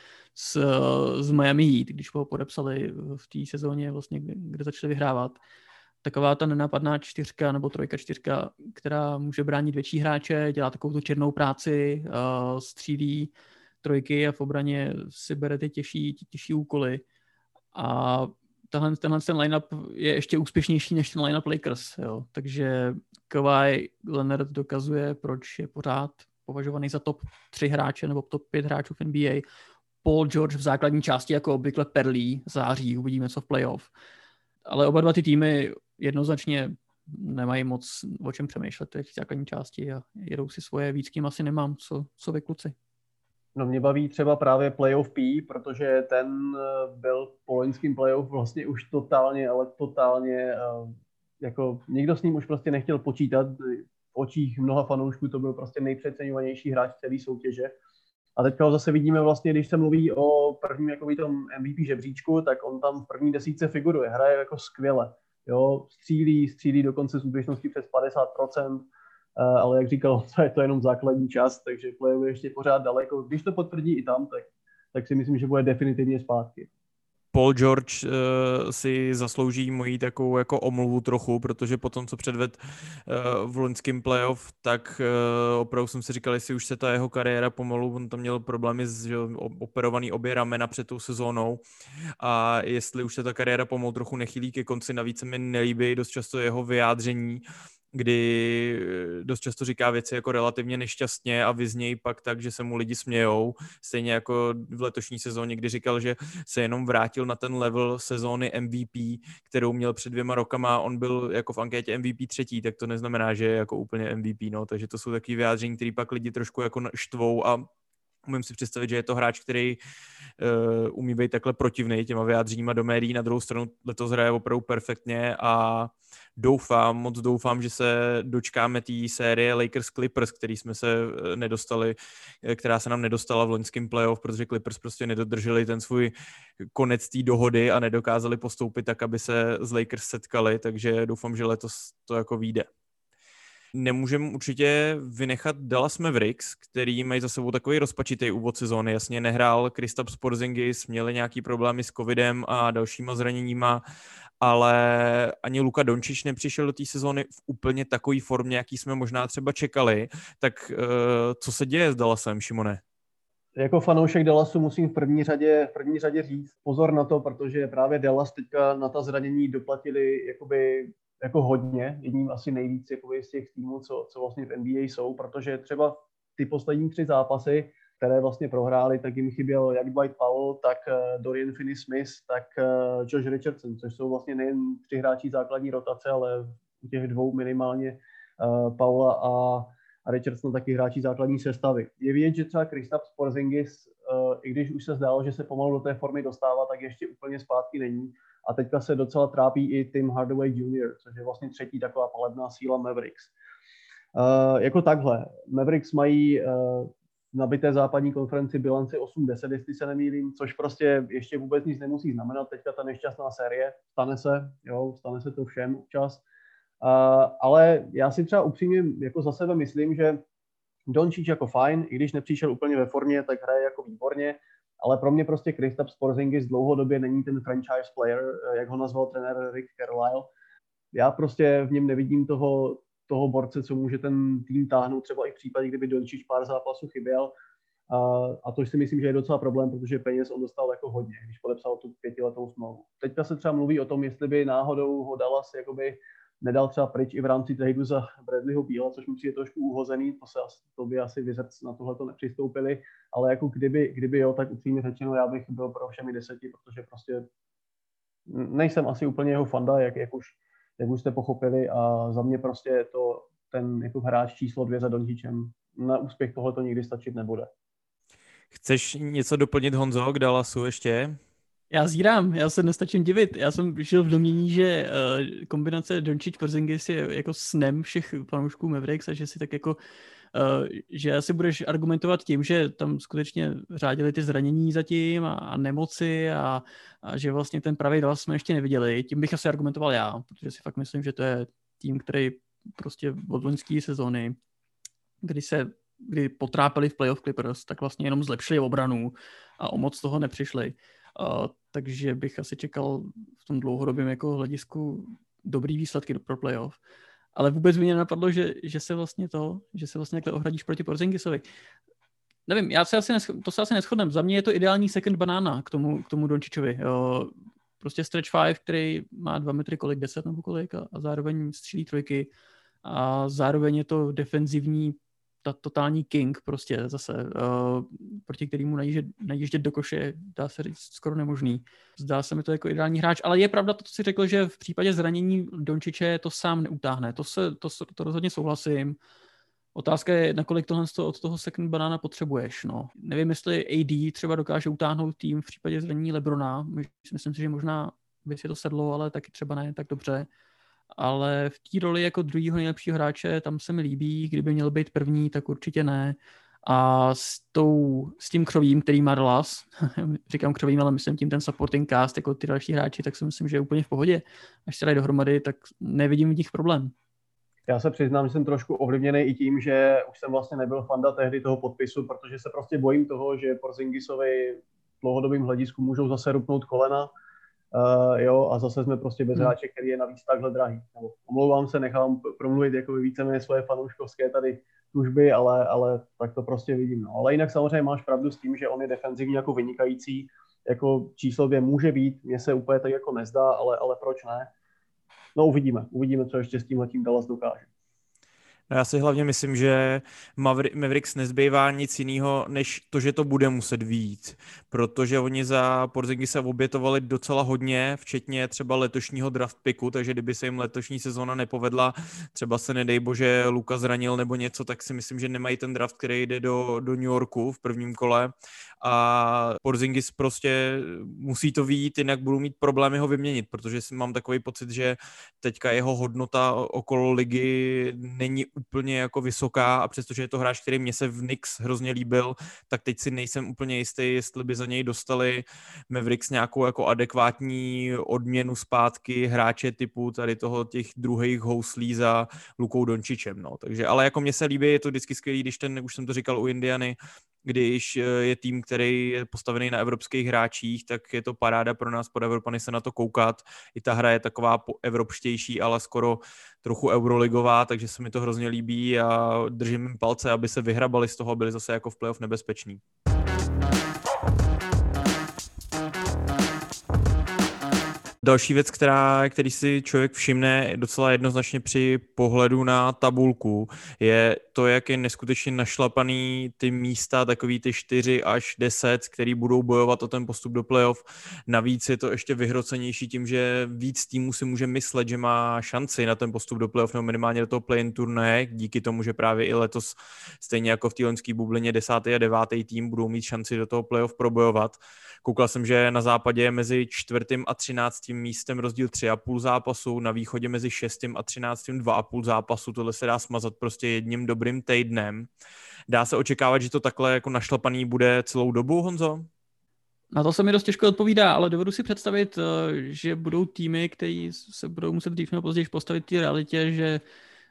z Miami Heat, když ho podepsali v té sezóně, vlastně, kde začali vyhrávat. Taková ta nenápadná 4 nebo 3-4, která může bránit větší hráče, dělá takovou tu černou práci, střílí trojky a v obraně si bere ty těžší úkoly. A tenhle line-up je ještě úspěšnější než ten line-up Lakers. Jo. Takže Kawhi Leonard dokazuje, proč je pořád považovaný za top 3 hráče nebo top 5 hráčů v NBA. Paul George v základní části jako obvykle perlí, září, uvidíme co v playoff. Ale oba dva ty týmy jednoznačně nemají moc o čem přemýšlet v základní části a jedou si svoje, víc kým asi nemám, co vy kluci. No mě baví třeba právě playoff P, protože ten byl po loňským playoff vlastně už totálně, jako nikdo s ním už prostě nechtěl počítat. V očích mnoha fanoušků to byl prostě nejpřeceňovanější hráč celé soutěže. A teďka ho zase vidíme vlastně, když se mluví o prvním jakoby tom MVP žebříčku, tak on tam v první 10 figuruje, hraje jako skvěle. Jo, střílí dokonce z úspěšnosti přes 50%, ale jak říkal, je to jenom základní čas, takže play je ještě pořád daleko. Když to potvrdí i tam, tak si myslím, že bude definitivně zpátky. Paul George si zaslouží moji takovou jako omluvu trochu, protože po tom, co předved v loňském playoff, tak opravdu jsem si říkal, jestli už se ta jeho kariéra pomalu, on tam měl problémy že operovaný obě ramena před tou sezónou a jestli už se ta kariéra pomalu trochu nechýlí ke konci, navíc se mi nelíbí dost často jeho vyjádření, kdy dost často říká věci jako relativně nešťastně a vyznějí pak tak, že se mu lidi smějou. Stejně jako v letošní sezóně, kdy říkal, že se jenom vrátil na ten level sezóny MVP, kterou měl před 2 rokama. On byl jako v anketě MVP 3, tak to neznamená, že je jako úplně MVP. No. Takže to jsou takové vyjádření, které pak lidi trošku jako štvou a umím si představit, že je to hráč, který umí být takhle protivnej těma vyjádřeníma do médií. Na druhou stranu letos hraje opravdu perfektně a moc doufám, že se dočkáme té série Lakers Clippers, která se nám nedostala v loňském playoff, protože Clippers prostě nedodrželi ten svůj konec té dohody a nedokázali postoupit tak, aby se z Lakers setkali, takže doufám, že letos to jako vyjde. Nemůžeme určitě vynechat Dallas Mavericks, který mají za sebou takový rozpačitý úvod sezóny. Jasně nehrál Kristaps Porzingis, měli nějaký problémy s covidem a dalšíma zraněníma, ale ani Luka Dončić nepřišel do té sezóny v úplně takové formě, jaký jsme možná třeba čekali. Tak co se děje s Dallasem, Šimone? Jako fanoušek Dallasu musím v první řadě říct pozor na to, protože právě Dallas teďka na ta zranění doplatili jako hodně, jedním asi nejvíc jakoby z těch týmů, co vlastně v NBA jsou, protože třeba ty poslední 3 zápasy, které vlastně prohráli, tak jim chyběl jak Dwight Powell, tak Dorian Finney-Smith, tak Josh Richardson, což jsou vlastně nejen 3 hráči základní rotace, ale u těch 2 minimálně Powella a Richardson taky hráči základní sestavy. Je vidět, že třeba Kristaps Porzingis, i když už se zdálo, že se pomalu do té formy dostává, tak ještě úplně zpátky není. A teďka se docela trápí i Tim Hardaway Jr., což je vlastně 3. taková palebná síla Mavericks. Jako takhle, Mavericks mají nabité západní konferenci bilanci 8-10, jestli se nemýlím, což prostě ještě vůbec nic nemusí znamenat. Teďka ta nešťastná série, stane se to všem občas. Ale já si třeba upřímně jako za sebe myslím, že Dončić jako fajn, i když nepřišel úplně ve formě, tak hraje jako výborně, ale pro mě prostě Kristaps Porzingis dlouhodobě není ten franchise player, jak ho nazval trenér Rick Carlisle. Já prostě v něm nevidím toho borce, co může ten tým táhnout, třeba i v případě, kdyby Dončić pár zápasů chyběl. A to si myslím, že je docela problém, protože peněz on dostal jako hodně, když podepsal tu 5letou smlouvu. Teďka se třeba mluví o tom, jestli by náhodou ho Dallas jakoby nedal třeba pryč i v rámci tradu za Bradleyho Beala, což mi přijde trošku uhozený, to by asi Wizards na tohle to nepřistoupili, ale jako kdyby jo, tak upřímně řečeno, já bych byl pro všemi 10, protože prostě nejsem asi úplně jeho fanda, jak už jste pochopili, a za mě prostě je to ten jako hráč číslo 2 za Dončićem. Na úspěch tohle to nikdy stačit nebude. Chceš něco doplnit, Honzo, k Dallasu ještě? Já zírám, já se nestačím divit. Já jsem žil v domění, že kombinace Dončić-Porzingis je jako snem všech fanoušků Mavericks a že si tak jako že asi budeš argumentovat tím, že tam skutečně řádili ty zranění zatím a nemoci a že vlastně ten pravý Dallas jsme ještě neviděli. Tím bych asi argumentoval já, protože si fakt myslím, že to je tým, který prostě od loňské sezóny, kdy potrápili v playoff Clippers, tak vlastně jenom zlepšili obranu a o moc toho nepřišli. Takže bych asi čekal v tom dlouhodobém jako hledisku dobrý výsledky pro playoff. Ale vůbec by mě nenapadlo, že se vlastně takhle ohradíš proti Porzingisovi. Nevím, to se asi neshodneme. Za mě je to ideální second banana k tomu Dončićovi. Prostě stretch 5, který má 2 metry kolik, 10 nebo kolik a zároveň střílí trojky a zároveň je to defenzivní totální king prostě zase, proti kterému najíždět do koše, dá se říct, skoro nemožný. Zdá se mi to jako ideální hráč, ale je pravda to, co jsi řekl, že v případě zranění Dončiće to sám neutáhne. To rozhodně souhlasím. Otázka je, nakolik tohle od toho second banana potřebuješ. No. Nevím, jestli AD třeba dokáže utáhnout tým v případě zranění LeBrona. Myslím si, že možná by si to sedlo, ale taky třeba ne tak dobře. Ale v té roli jako druhýho nejlepšího hráče tam se mi líbí, kdyby měl být první, tak určitě ne. A s tím křovím, který má Dallas, říkám křovím, ale myslím tím ten supporting cast, jako ty další hráči, tak si myslím, že je úplně v pohodě. Až se dají dohromady, tak nevidím v nich problém. Já se přiznám, že jsem trošku ovlivněný i tím, že už jsem vlastně nebyl fanda tehdy toho podpisu, protože se prostě bojím toho, že Porzingisovi dlouhodobém hledisku můžou zase rupnout kolena, a zase jsme prostě bez hráče, který je navíc takhle drahý. Omlouvám se, nechám promluvit jako víceméně svoje fanouškovské tady tužby, ale tak to prostě vidím. No. Ale jinak samozřejmě máš pravdu s tím, že on je defenzivně jako vynikající, jako číslově může být, mně se úplně tak jako nezdá, ale proč ne? No uvidíme, co ještě s tímhletím Dallas dokáže. No já si hlavně myslím, že Mavericks nezbývá nic jiného, než to, že to bude muset vyjít, protože oni za Porzingise obětovali docela hodně, včetně třeba letošního draft picku, takže kdyby se jim letošní sezóna nepovedla, třeba se nedej bože Luka zranil nebo něco, tak si myslím, že nemají ten draft, který jde do New Yorku v prvním kole a Porzingis prostě musí to vyjít, jinak budou mít problémy ho vyměnit, protože si mám takový pocit, že teďka jeho hodnota okolo ligy není úplně jako vysoká a přestože je to hráč, který mě se v Knicks hrozně líbil, tak teď si nejsem úplně jistý, jestli by za něj dostali Mavericks nějakou jako adekvátní odměnu zpátky hráče typu tady toho těch druhých houslí za Lukou Dončičem, no. Takže, ale jako mně se líbí, je to vždycky skvělý, když už jsem to říkal u Indiany, když je tým, který je postavený na evropských hráčích, tak je to paráda pro nás pod Evropany se na to koukat. I ta hra je taková evropštější, ale skoro trochu euroligová, takže se mi to hrozně líbí a držím jim palce, aby se vyhrabali z toho a byli zase jako v playoff nebezpeční. Další věc, který si člověk všimne docela jednoznačně při pohledu na tabulku, je to, jak je neskutečně našlapaný ty místa, takový ty 4 až 10, který budou bojovat o ten postup do playoff. Navíc je to ještě vyhrocenější tím, že víc týmů si může myslet, že má šanci na ten postup do playoff nebo minimálně do toho play-in turnaje, díky tomu, že právě i letos stejně jako v té loňské bublině 10. a 9. tým budou mít šanci do toho playoff probojovat. Koukal jsem, že na západě je mezi 4. a 13. místem rozdíl 3,5 zápasu, na východě mezi 6. a 13. 2,5 zápasu, tohle se dá smazat prostě jedním dobrým týdnem. Dá se očekávat, že to takhle jako našlapaný bude celou dobu, Honzo? Na to se mi dost těžko odpovídá, ale dovedu si představit, že budou týmy, které se budou muset dřív nebo později postavit té realitě, že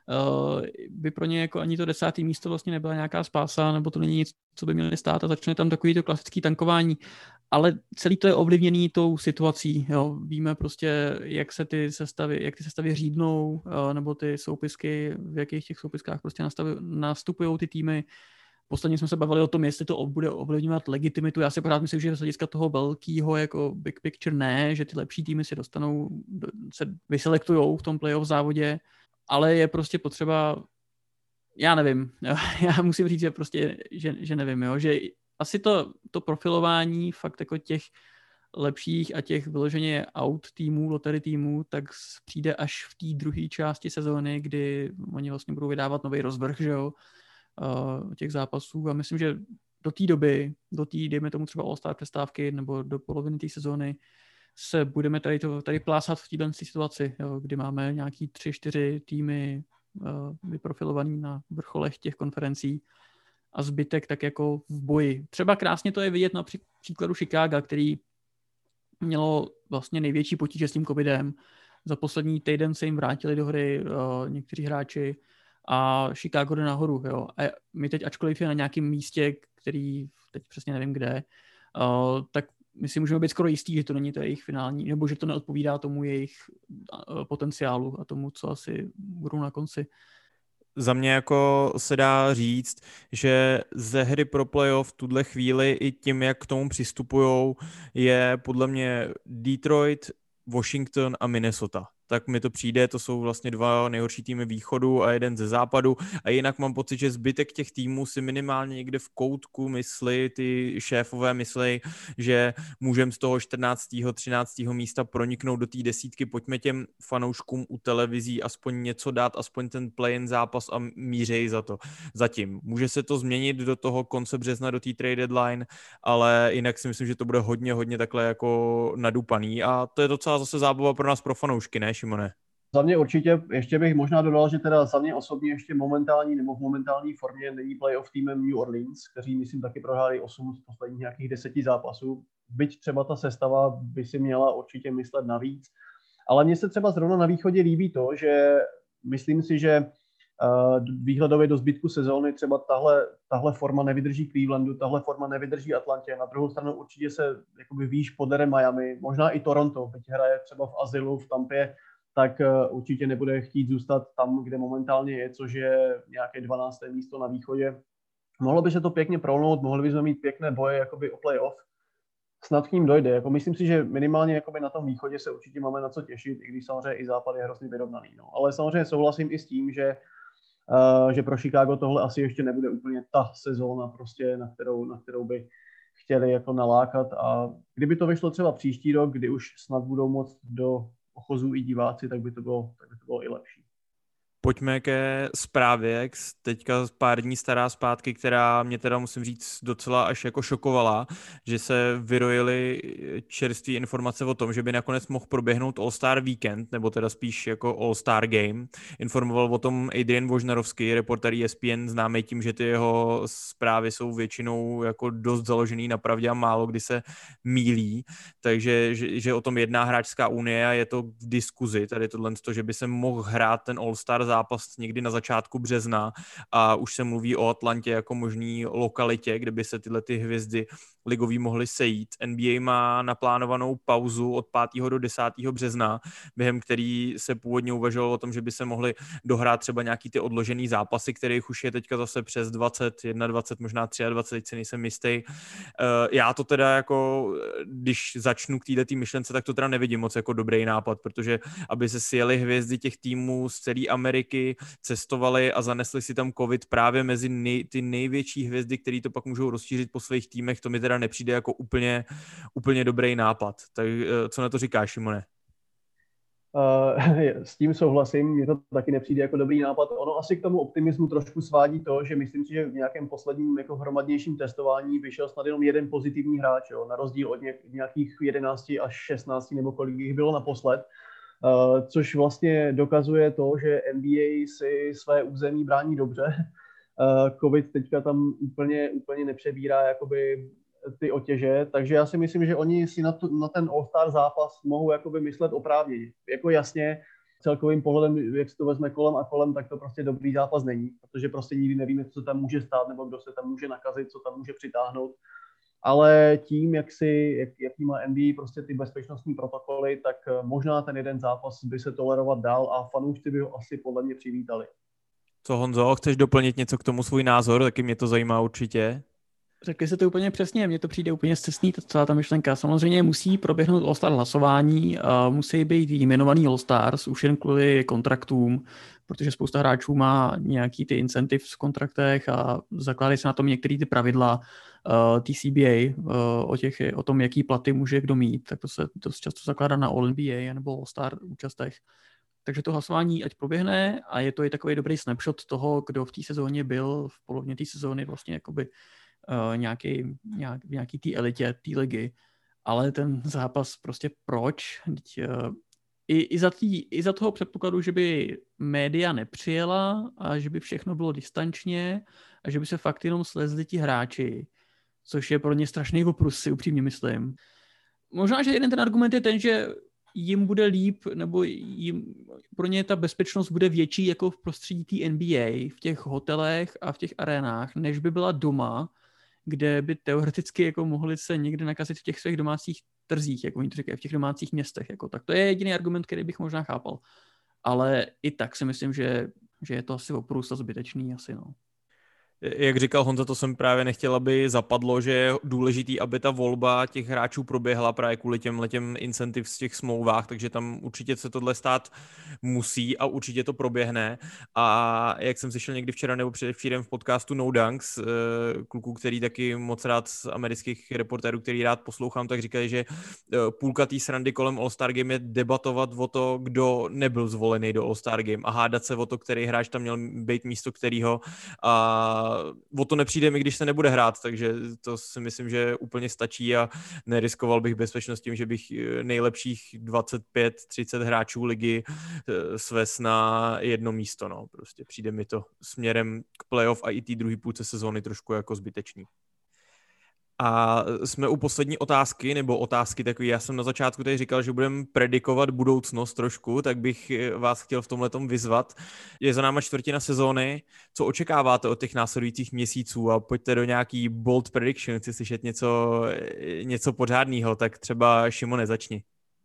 by pro ně jako ani to 10. místo vlastně nebyla nějaká spása, nebo to není nic, co by měli stát a začne tam takový to klasický tankování. Ale celý to je ovlivněný tou situací. Jo. Víme prostě, jak ty sestavy řídnou, nebo ty soupisky, v jakých těch soupiskách prostě nastupují ty týmy. Posledně jsme se bavili o tom, jestli to bude ovlivňovat legitimitu. Já si pořád myslím, že z hlediska toho velkého jako big picture ne, že ty lepší týmy se vyselektujou v tom playoff závodě, ale je prostě potřeba, já nevím, já musím říct, že prostě, že nevím, jo, že asi to profilování fakt jako těch lepších a těch vyloženě out týmů, lottery týmů, tak přijde až v té druhé části sezóny, kdy oni vlastně budou vydávat nový rozvrh, že jo, těch zápasů a myslím, že do té doby, dejme tomu třeba All-Star přestávky nebo do poloviny té sezóny, se budeme tady plásat v této situaci, jo, kdy máme nějaký 3-4 týmy vyprofilovaný na vrcholech těch konferencí a zbytek tak jako v boji. Třeba krásně to je vidět na příkladu Chicaga, který mělo vlastně největší potíže s tím covidem. Za poslední týden se jim vrátili do hry někteří hráči a Chicago jde nahoru. Jo. A my teď, ačkoliv je na nějakém místě, který teď přesně nevím kde, tak my si můžeme být skoro jistí, že to není to jejich finální, nebo že to neodpovídá tomu jejich potenciálu a tomu, co asi budou na konci. Za mě jako se dá říct, že ze hry pro playoff v tuhle chvíli i tím, jak k tomu přistupujou, je podle mě Detroit, Washington a Minnesota. Tak mi to přijde, to jsou vlastně 2 nejhorší týmy východu a jeden ze západu a jinak mám pocit, že zbytek těch týmů si minimálně někde v koutku myslí, ty šéfové myslí, že můžeme z toho 14. 13. místa proniknout do té 10, pojďme těm fanouškům u televizí aspoň něco dát, aspoň ten play-in zápas a mířej za to. Zatím. Může se to změnit do toho konce března, do té trade deadline, ale jinak si myslím, že to bude hodně takhle jako nadupaný a to je docela zase zábava pro nás, pro fanoušky, ne, Šimone? Za mě určitě, ještě bych možná dodal, že teda za mě osobně ještě v momentální formě není playoff týmem New Orleans, kteří myslím taky prohráli 8 z posledních nějakých 10 zápasů. Byť třeba ta sestava by si měla určitě myslet navíc. Ale mně se třeba zrovna na východě líbí to, že myslím si, že výhledově do zbytku sezóny třeba tahle forma nevydrží Clevelandu, tahle forma nevydrží Atlantě. Na druhou stranu určitě se jakoby výš podere Miami, možná i Toronto, byť hraje třeba v Azylu, v Tampě, tak určitě nebude chtít zůstat tam, kde momentálně je, což je nějaké 12. místo na východě. Mohlo by se to pěkně prolnout, mohli bychom mít pěkné boje jakoby o playoff. Snad k ním dojde. Jako myslím si, že minimálně jakoby na tom východě se určitě máme na co těšit, i když samozřejmě i západ je hrozně vyrovnaný. No. Ale samozřejmě souhlasím i s tím, že pro Chicago tohle asi ještě nebude úplně ta sezóna, prostě, na kterou by chtěli jako nalákat. A kdyby to vyšlo třeba příští rok, kdy už snad budou moct do ochozu i diváci, tak by to bylo i lepší. Pojďme ke zprávě, teďka pár dní stará zpátky, která mě teda musím říct docela až jako šokovala, že se vyrojily čerstvé informace o tom, že by nakonec mohl proběhnout All-Star Weekend, nebo teda spíš jako All-Star Game. Informoval o tom Adrian Wojnarowski, reporter ESPN, známý tím, že ty jeho zprávy jsou většinou jako dost založený na pravdě a málo kdy se mýlí, takže že o tom jedná hráčská unie a je to v diskuzi, tady tohle, že by se mohl hrát ten All-Star zápas někdy na začátku března a už se mluví o Atlantě jako možný lokalitě, kde by se tyhle ty hvězdy ligový mohly sejít. NBA má naplánovanou pauzu od 5. do 10. března, během který se původně uvažovalo o tom, že by se mohly dohrát třeba nějaký ty odložený zápasy, kterých už je teďka zase přes 20, 21, možná 23, teď si nejsem jistý. Já to teda jako, když začnu k této myšlence, tak to teda nevidím moc jako dobrý nápad, protože aby se sjeli hvězdy těch týmů z celé Ameriky, cestovali a zanesli si tam covid právě mezi ty největší hvězdy, který to pak můžou rozšířit po svých týmech, to mi teda nepřijde jako úplně dobrý nápad. Tak co na to říkáš, Šimone? S tím souhlasím, mně to taky nepřijde jako dobrý nápad. Ono asi k tomu optimismu trošku svádí to, že myslím si, že v nějakém posledním jako hromadnějším testování vyšel snad jenom jeden pozitivní hráč, jo, na rozdíl od nějakých 11 až 16 nebo kolik jich bylo naposled. Což vlastně dokazuje to, že NBA si své území brání dobře. Covid teďka tam úplně nepřebírá jakoby ty otěže, takže já si myslím, že oni si na ten All-Star zápas mohou jakoby myslet oprávněně. Jako jasně, celkovým pohledem, jak se to vezme kolem a kolem, tak to prostě dobrý zápas není, protože prostě nikdy nevíme, co tam může stát, nebo kdo se tam může nakazit, co tam může přitáhnout. Ale tím, jaký má NBA prostě ty bezpečnostní protokoly, tak možná ten jeden zápas by se tolerovat dál a fanoušci by ho asi podle mě přivítali. Co, Honzo, chceš doplnit něco k tomu svůj názor? Taky mě to zajímá určitě. Řekli jste to úplně přesně, mně to přijde úplně scestný, celá ta myšlenka. Samozřejmě musí proběhnout All-Star hlasování, musí být jmenovaný All-Stars už jen kvůli kontraktům, protože spousta hráčů má nějaký ty incentives v kontraktech a zakládají se na tom některé ty pravidla TCBA o tom, jaký platy může kdo mít, tak to se dost často zakládá na All-NBA nebo All-Star účastech. Takže to hlasování ať proběhne a je to i takový dobrý snapshot toho, kdo v té sezóně byl, v polovině té sezóny vlastně jakoby nějaký té elitě, té ligy, ale ten zápas prostě proč? I za toho předpokladu, že by média nepřijela a že by všechno bylo distančně a že by se fakt jenom slezli ti hráči, což je pro ně strašný oprus, si upřímně myslím. Možná, že jeden ten argument je ten, že jim bude líp, nebo pro ně ta bezpečnost bude větší jako v prostředí té NBA, v těch hotelech a v těch arénách, než by byla doma, kde by teoreticky jako mohli se někde nakazit v těch svých domácích trzích, jako oni to říkají, v těch domácích městech. Jako. Tak to je jediný argument, který bych možná chápal. Ale i tak si myslím, že je to asi oprůst a zbytečný asi, no. Jak říkal Honza, to jsem právě nechtěl, aby zapadlo, že je důležitý, aby ta volba těch hráčů proběhla právě kvůli těm incentives v těch smlouvách, takže tam určitě se tohle stát musí a určitě to proběhne. A jak jsem slyšel někdy včera nebo předevčírem v podcastu No Dunks, kluku, který taky moc rád z amerických reportérů, který rád poslouchám, tak říkají, že půlka té srandy kolem All-Star Game je debatovat o to, kdo nebyl zvolený do All-Star Game a hádat se o to, který hráč tam měl být místo kterýho a o to nepřijde mi, když se nebude hrát, takže to si myslím, že úplně stačí a neriskoval bych bezpečnost tím, že bych nejlepších 25-30 hráčů ligy svez na jedno místo. No. Prostě přijde mi to směrem k playoff a i té druhé půlce sezóny trošku jako zbytečný. A jsme u poslední otázky, nebo otázky takový. Já jsem na začátku tady říkal, že budeme predikovat budoucnost trošku, tak bych vás chtěl v tomhletom vyzvat. Je za náma čtvrtina sezóny. Co očekáváte od těch následujících měsíců? A pojďte do nějaký bold prediction, chci slyšet něco pořádného, tak třeba Šimone, začni.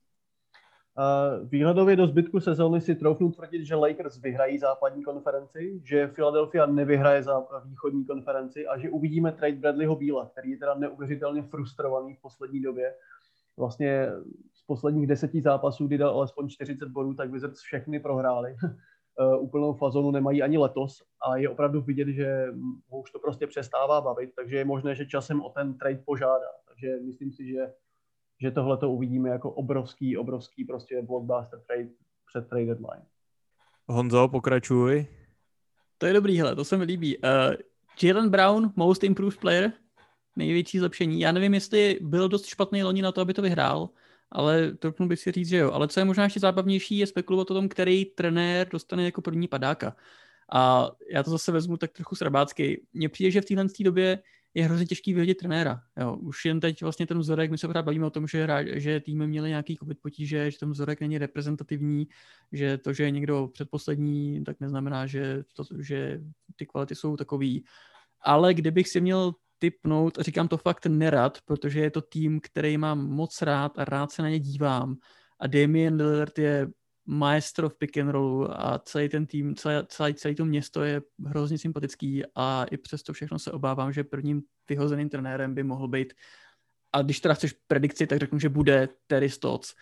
Výhledově do zbytku sezóny si troufnu tvrdit, že Lakers vyhrají západní konferenci, že Philadelphia nevyhraje za východní konferenci a že uvidíme trade Bradleyho Beala, který je teda neuvěřitelně frustrovaný v poslední době. Vlastně z posledních 10 zápasů, kdy dal alespoň 40 bodů, tak Wizards všechny prohráli. Úplnou fazonu nemají ani letos a je opravdu vidět, že ho už to prostě přestává bavit, takže je možné, že časem o ten trade požádá. Takže myslím si, že tohle to uvidíme jako obrovský prostě blockbuster trade před trade deadline. Honzo, pokračuj. To je dobrý, hele, to se mi líbí. Jaylen Brown, most improved player, největší zlepšení. Já nevím, jestli byl dost špatný loni na to, aby to vyhrál, ale trochu bych si říct, že jo. Ale co je možná ještě zábavnější, je spekulovat o tom, který trenér dostane jako první padáka. A já to zase vezmu tak trochu srabácky. Mně přijde, že v téhle době je hrozně těžký vyhodit trenéra. Jo, už jen teď vlastně ten vzorek, my se pořád bavíme o tom, že týmy měly nějaký covid potíže, že ten vzorek není reprezentativní, že to, že je někdo předposlední, tak neznamená, že ty kvality jsou takový. Ale kdybych si měl tipnout, říkám to fakt nerad, protože je to tým, který mám moc rád a rád se na ně dívám. A Damian Lillard je maestro v pick and rollu a celý ten tým, celé to město je hrozně sympatický a i přesto všechno se obávám, že prvním vyhozeným trenérem by mohl být, a když teda chceš predikci, tak řeknu, že bude Terry Stotts.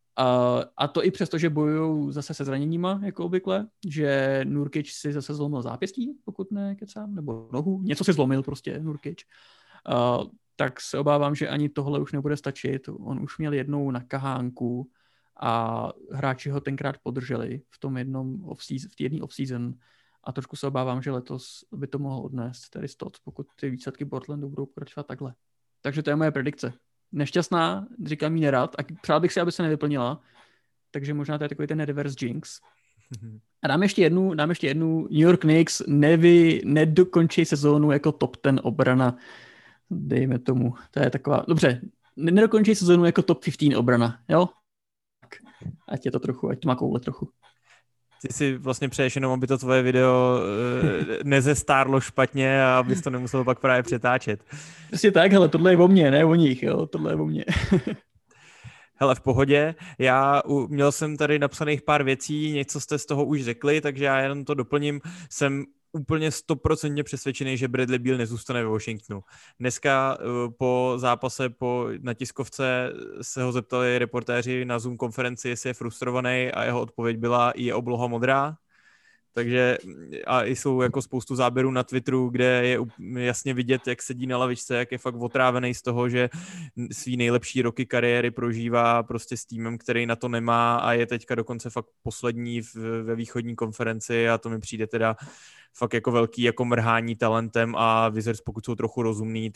A to i přesto, že bojují zase se zraněníma, jako obvykle, že Nurkic si zase zlomil zápěstí, pokud nekecám, nebo nohu, něco si zlomil prostě Nurkic. Tak se obávám, že ani tohle už nebude stačit. On už měl jednou na kahánku a hráči ho tenkrát podrželi v té jedné off-season a trošku se obávám, že letos by to mohl odnést Terry Stotts, pokud ty výsledky Portlandu budou pokračovat takhle. Takže to je moje predikce. Nešťastná, říkám jí nerad a přál bych si, aby se nevyplnila, takže možná to je takový ten reverse jinx. A dám ještě jednu, New York Knicks nedokončí sezónu jako top 10 obrana, dejme tomu, to je taková, dobře, nedokončí sezónu jako top 15 obrana, jo? Ať je to trochu, ať to má koule trochu. Ty si vlastně přeješ jenom, aby to tvoje video nezestárlo špatně a abys to nemusel pak právě přetáčet. Prostě tak, hele, tohle je o mně, ne o nich, jo, tohle je o mně. Hele, v pohodě. Měl jsem tady napsaných pár věcí, něco jste z toho už řekli, takže já jenom to doplním. Jsem úplně 100% přesvědčený, že Bradley Beal nezůstane ve Washingtonu. Dneska po zápase na tiskovce se ho zeptali reportéři na Zoom konferenci, jestli je frustrovaný a jeho odpověď byla, je obloha modrá. Takže a jsou jako spoustu záběrů na Twitteru, kde je jasně vidět, jak sedí na lavičce, jak je fakt otrávený z toho, že svý nejlepší roky kariéry prožívá prostě s týmem, který na to nemá a je teďka dokonce fakt poslední ve východní konferenci a to mi přijde teda fakt jako velký jako mrhání talentem a Wizards, pokud jsou trochu rozumný,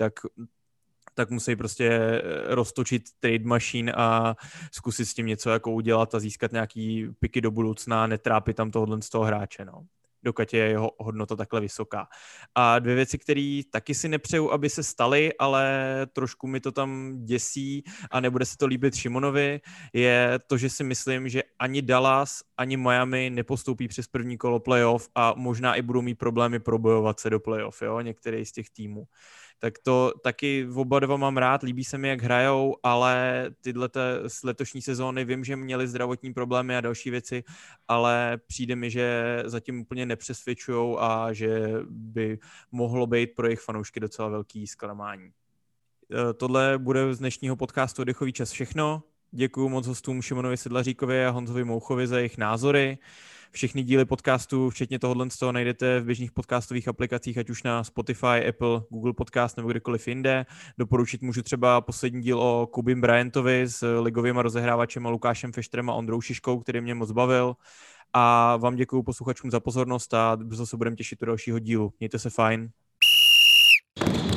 tak musí prostě roztočit trade machine a zkusit s tím něco jako udělat a získat nějaký piky do budoucna a netrápit tam tohohle z toho hráče, no. Dokud je jeho hodnota takhle vysoká. A dvě věci, které taky si nepřeju, aby se staly, ale trošku mi to tam děsí a nebude se to líbit Šimonovi, je to, že si myslím, že ani Dallas, ani Miami nepostoupí přes první kolo playoff a možná i budou mít problémy probojovat se do playoff, jo, některý z těch týmů. Tak to taky oba dva mám rád, líbí se mi, jak hrajou, ale tyhle z letošní sezóny vím, že měli zdravotní problémy a další věci, ale přijde mi, že zatím úplně nepřesvědčujou a že by mohlo být pro jejich fanoušky docela velký zklamání. Tohle bude z dnešního podcastu Dechový čas všechno. Děkuju moc hostům Šimonovi Sedlaříkovi a Honzovi Mouchovi za jejich názory. Všechny díly podcastu, včetně tohohle z toho, najdete v běžných podcastových aplikacích, ať už na Spotify, Apple, Google Podcast nebo kdekoliv jinde. Doporučit můžu třeba poslední díl o Kobe Bryantovi s ligovýma rozehrávačema Lukášem Feštrem a Ondrou Šiškou, který mě moc bavil. A vám děkuju posluchačům za pozornost a brzo se budeme těšit do dalšího dílu. Mějte se fajn.